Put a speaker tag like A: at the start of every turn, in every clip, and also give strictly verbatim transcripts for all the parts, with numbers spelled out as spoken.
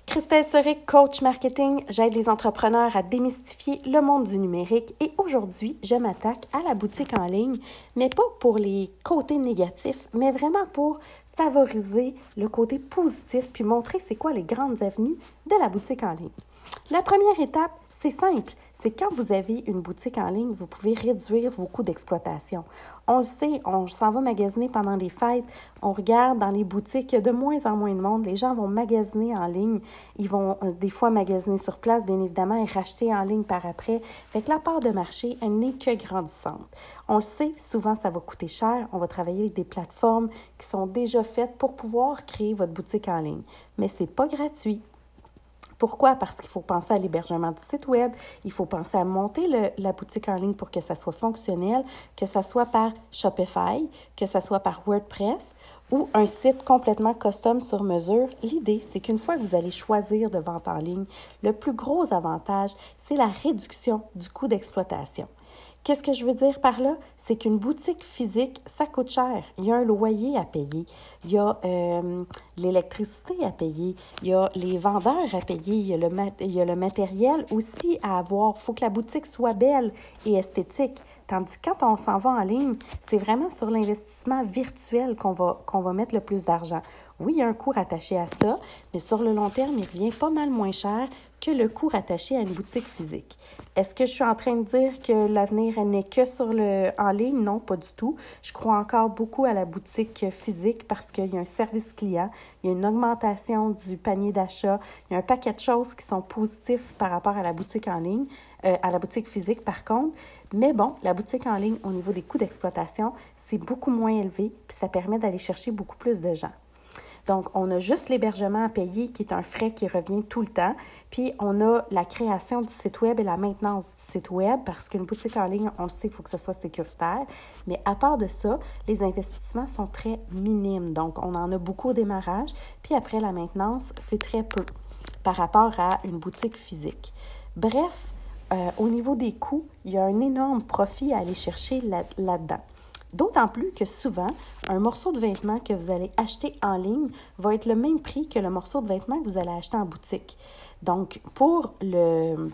A: Christelle Soric, coach marketing, j'aide les entrepreneurs à démystifier le monde du numérique et aujourd'hui, je m'attaque à la boutique en ligne, mais pas pour les côtés négatifs, mais vraiment pour favoriser le côté positif puis montrer c'est quoi les grandes avenues de la boutique en ligne. La première étape, c'est simple, c'est quand vous avez une boutique en ligne, vous pouvez réduire vos coûts d'exploitation. On le sait, on s'en va magasiner pendant les fêtes, on regarde dans les boutiques, il y a de moins en moins de monde, les gens vont magasiner en ligne, ils vont euh, des fois magasiner sur place, bien évidemment, et racheter en ligne par après. Fait que la part de marché, elle n'est que grandissante. On le sait, souvent ça va coûter cher, on va travailler avec des plateformes qui sont déjà faites pour pouvoir créer votre boutique en ligne, mais c'est pas gratuit. Pourquoi? Parce qu'il faut penser à l'hébergement du site web, il faut penser à monter le, la boutique en ligne pour que ça soit fonctionnel, que ça soit par Shopify, que ça soit par WordPress ou un site complètement custom sur mesure. L'idée, c'est qu'une fois que vous allez choisir de vente en ligne, le plus gros avantage, c'est la réduction du coût d'exploitation. Qu'est-ce que je veux dire par là? C'est qu'une boutique physique, ça coûte cher. Il y a un loyer à payer, il y a euh, l'électricité à payer, il y a les vendeurs à payer, il y a le, mat- il y a le matériel aussi à avoir. Il faut que la boutique soit belle et esthétique. Tandis que quand on s'en va en ligne, c'est vraiment sur l'investissement virtuel qu'on va, qu'on va mettre le plus d'argent. Oui, il y a un coût rattaché à ça, mais sur le long terme, il revient pas mal moins cher que le coût rattaché à une boutique physique. Est-ce que je suis en train de dire que l'avenir n'est que sur le en ligne? Non, pas du tout. Je crois encore beaucoup à la boutique physique parce qu'il y a un service client, il y a une augmentation du panier d'achat, il y a un paquet de choses qui sont positifs par rapport à la boutique en ligne, euh, à la boutique physique par contre. Mais bon, la boutique en ligne, au niveau des coûts d'exploitation, c'est beaucoup moins élevé puis ça permet d'aller chercher beaucoup plus de gens. Donc, on a juste l'hébergement à payer qui est un frais qui revient tout le temps. Puis, on a la création du site web et la maintenance du site web parce qu'une boutique en ligne, on le sait, il faut que ce soit sécuritaire. Mais à part de ça, les investissements sont très minimes. Donc, on en a beaucoup au démarrage. Puis après, la maintenance, c'est très peu par rapport à une boutique physique. Bref, euh, au niveau des coûts, il y a un énorme profit à aller chercher là, là-dedans. D'autant plus que souvent, un morceau de vêtement que vous allez acheter en ligne va être le même prix que le morceau de vêtement que vous allez acheter en boutique. Donc, pour le,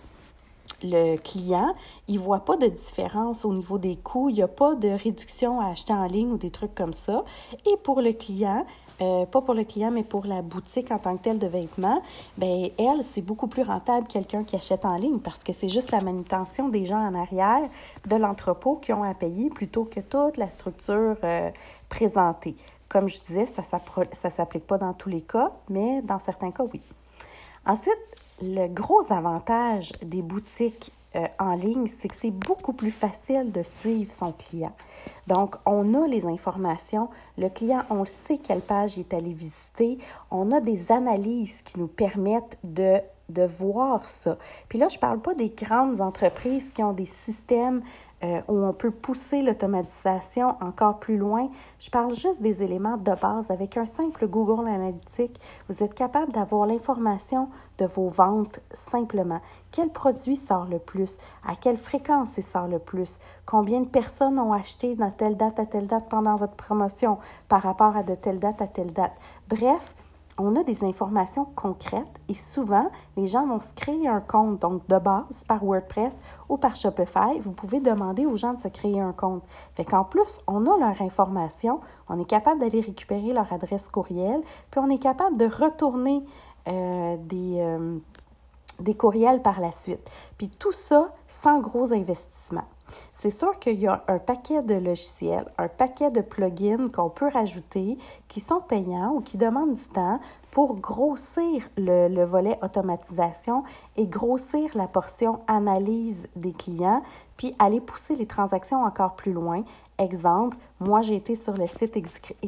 A: le client, il ne voit pas de différence au niveau des coûts. Il n'y a pas de réduction à acheter en ligne ou des trucs comme ça. Et pour le client, Euh, pas pour le client, mais pour la boutique en tant que telle de vêtements, bien, elle, c'est beaucoup plus rentable quelqu'un qui achète en ligne parce que c'est juste la manutention des gens en arrière de l'entrepôt qui ont à payer plutôt que toute la structure euh, présentée. Comme je disais, ça ne s'applique pas dans tous les cas, mais dans certains cas, oui. Ensuite, le gros avantage des boutiques Euh, en ligne, c'est que c'est beaucoup plus facile de suivre son client. Donc, on a les informations. Le client, on sait quelle page il est allé visiter. On a des analyses qui nous permettent de, de voir ça. Puis là, je ne parle pas des grandes entreprises qui ont des systèmes euh, où on peut pousser l'automatisation encore plus loin. Je parle juste des éléments de base. Avec un simple Google Analytics, vous êtes capable d'avoir l'information de vos ventes simplement. Quel produit sort le plus? À quelle fréquence il sort le plus? Combien de personnes ont acheté de telle date à telle date pendant votre promotion par rapport à de telle date à telle date? Bref, on a des informations concrètes et souvent, les gens vont se créer un compte, donc de base par WordPress ou par Shopify. Vous pouvez demander aux gens de se créer un compte. Fait qu'en plus, on a leur information, on est capable d'aller récupérer leur adresse courriel, puis on est capable de retourner euh, des... Euh, des courriels par la suite. Puis tout ça sans gros investissement. C'est sûr qu'il y a un paquet de logiciels, un paquet de plugins qu'on peut rajouter qui sont payants ou qui demandent du temps pour grossir le, le volet automatisation et grossir la portion analyse des clients, puis aller pousser les transactions encore plus loin. Exemple, moi, j'ai été sur le site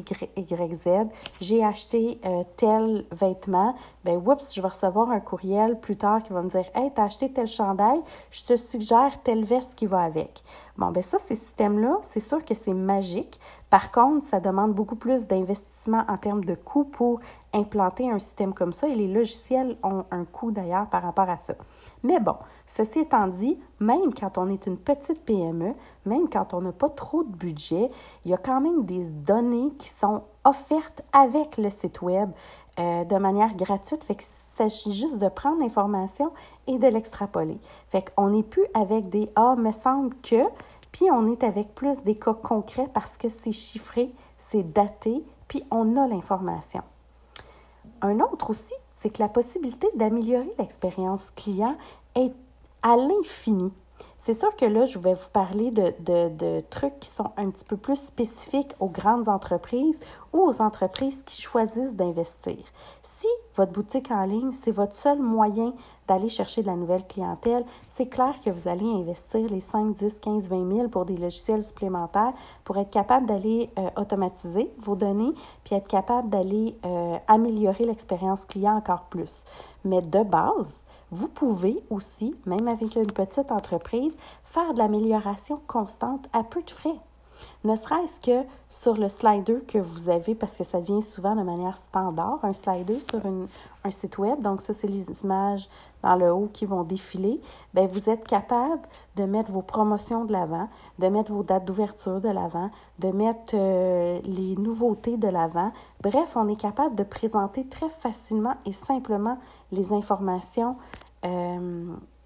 A: Y Z, j'ai acheté euh, tel vêtement, ben oups, je vais recevoir un courriel plus tard qui va me dire « Hey, t'as acheté tel chandail, je te suggère telle veste qui va avec. » Bon, ben ça, ces systèmes-là, c'est sûr que c'est magique. Par contre, ça demande beaucoup plus d'investissement en termes de coûts pour implanter un système comme ça et les logiciels ont un coût d'ailleurs par rapport à ça. Mais bon, ceci étant dit, même quand on est une petite P M E, même quand on n'a pas trop de budget, il y a quand même des données qui sont offertes avec le site web euh, de manière gratuite. Fait que s'agit juste de prendre l'information et de l'extrapoler. Fait qu'on n'est plus avec des « ah, me semble que », puis on est avec plus des cas concrets parce que c'est chiffré, c'est daté, puis on a l'information. Un autre aussi, c'est que la possibilité d'améliorer l'expérience client est à l'infini. C'est sûr que là, je vais vous parler de, de, de trucs qui sont un petit peu plus spécifiques aux grandes entreprises ou aux entreprises qui choisissent d'investir. Si votre boutique en ligne, c'est votre seul moyen d'aller chercher de la nouvelle clientèle, c'est clair que vous allez investir les cinq, dix, quinze, vingt mille pour des logiciels supplémentaires pour être capable d'aller euh, automatiser vos données puis être capable d'aller euh, améliorer l'expérience client encore plus. Mais de base, vous pouvez aussi, même avec une petite entreprise, faire de l'amélioration constante à peu de frais. Ne serait-ce que sur le slider que vous avez, parce que ça vient souvent de manière standard, un slider sur une, un site web, donc ça, c'est les images dans le haut qui vont défiler, bien, vous êtes capable de mettre vos promotions de l'avant, de mettre vos dates d'ouverture de l'avant, de mettre euh, les nouveautés de l'avant. Bref, on est capable de présenter très facilement et simplement les informations euh,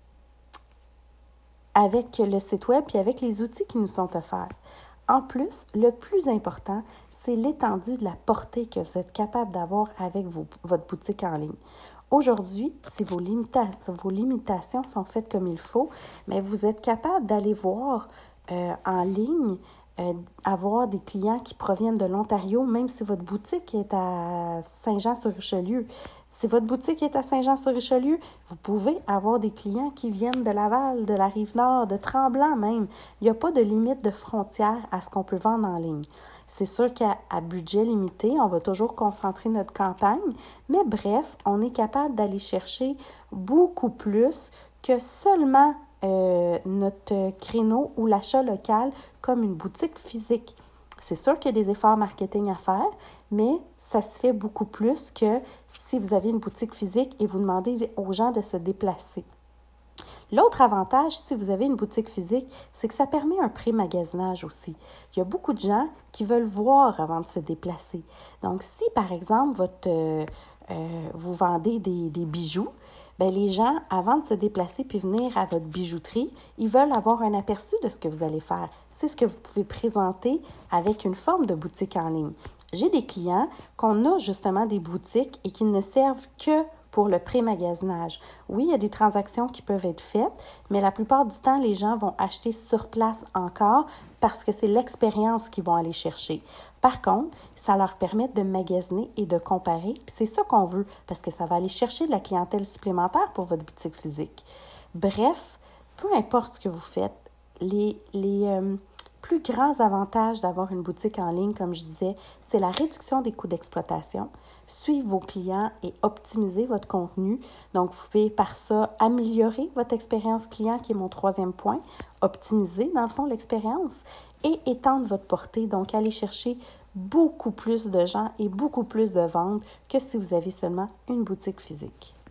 A: avec le site web et avec les outils qui nous sont offerts. En plus, le plus important, c'est l'étendue de la portée que vous êtes capable d'avoir avec vos, votre boutique en ligne. Aujourd'hui, si vos, limita- vos limitations sont faites comme il faut, mais vous êtes capable d'aller voir euh, en ligne, euh, avoir des clients qui proviennent de l'Ontario, même si votre boutique est à Saint-Jean-sur-Richelieu. Si votre boutique est à Saint-Jean-sur-Richelieu, vous pouvez avoir des clients qui viennent de Laval, de la Rive-Nord, de Tremblant même. Il n'y a pas de limite de frontière à ce qu'on peut vendre en ligne. C'est sûr qu'à à budget limité, on va toujours concentrer notre campagne, mais bref, on est capable d'aller chercher beaucoup plus que seulement euh, notre créneau ou l'achat local comme une boutique physique. C'est sûr qu'il y a des efforts marketing à faire, mais ça se fait beaucoup plus que si vous avez une boutique physique et vous demandez aux gens de se déplacer. L'autre avantage, si vous avez une boutique physique, c'est que ça permet un pré-magasinage aussi. Il y a beaucoup de gens qui veulent voir avant de se déplacer. Donc, si, par exemple, votre, euh, euh, vous vendez des, des bijoux, bien, les gens, avant de se déplacer puis venir à votre bijouterie, ils veulent avoir un aperçu de ce que vous allez faire. C'est ce que vous pouvez présenter avec une forme de boutique en ligne. J'ai des clients qu'on a justement des boutiques et qui ne servent que pour le pré-magasinage. Oui, il y a des transactions qui peuvent être faites, mais la plupart du temps, les gens vont acheter sur place encore parce que c'est l'expérience qu'ils vont aller chercher. Par contre, ça leur permet de magasiner et de comparer, puis c'est ça qu'on veut, parce que ça va aller chercher de la clientèle supplémentaire pour votre boutique physique. Bref, peu importe ce que vous faites, les, les euh, plus grands avantages d'avoir une boutique en ligne, comme je disais, c'est la réduction des coûts d'exploitation, suivre vos clients et optimiser votre contenu. Donc, vous pouvez par ça améliorer votre expérience client, qui est mon troisième point, optimiser, dans le fond, l'expérience et étendre votre portée. Donc, aller chercher beaucoup plus de gens et beaucoup plus de ventes que si vous avez seulement une boutique physique.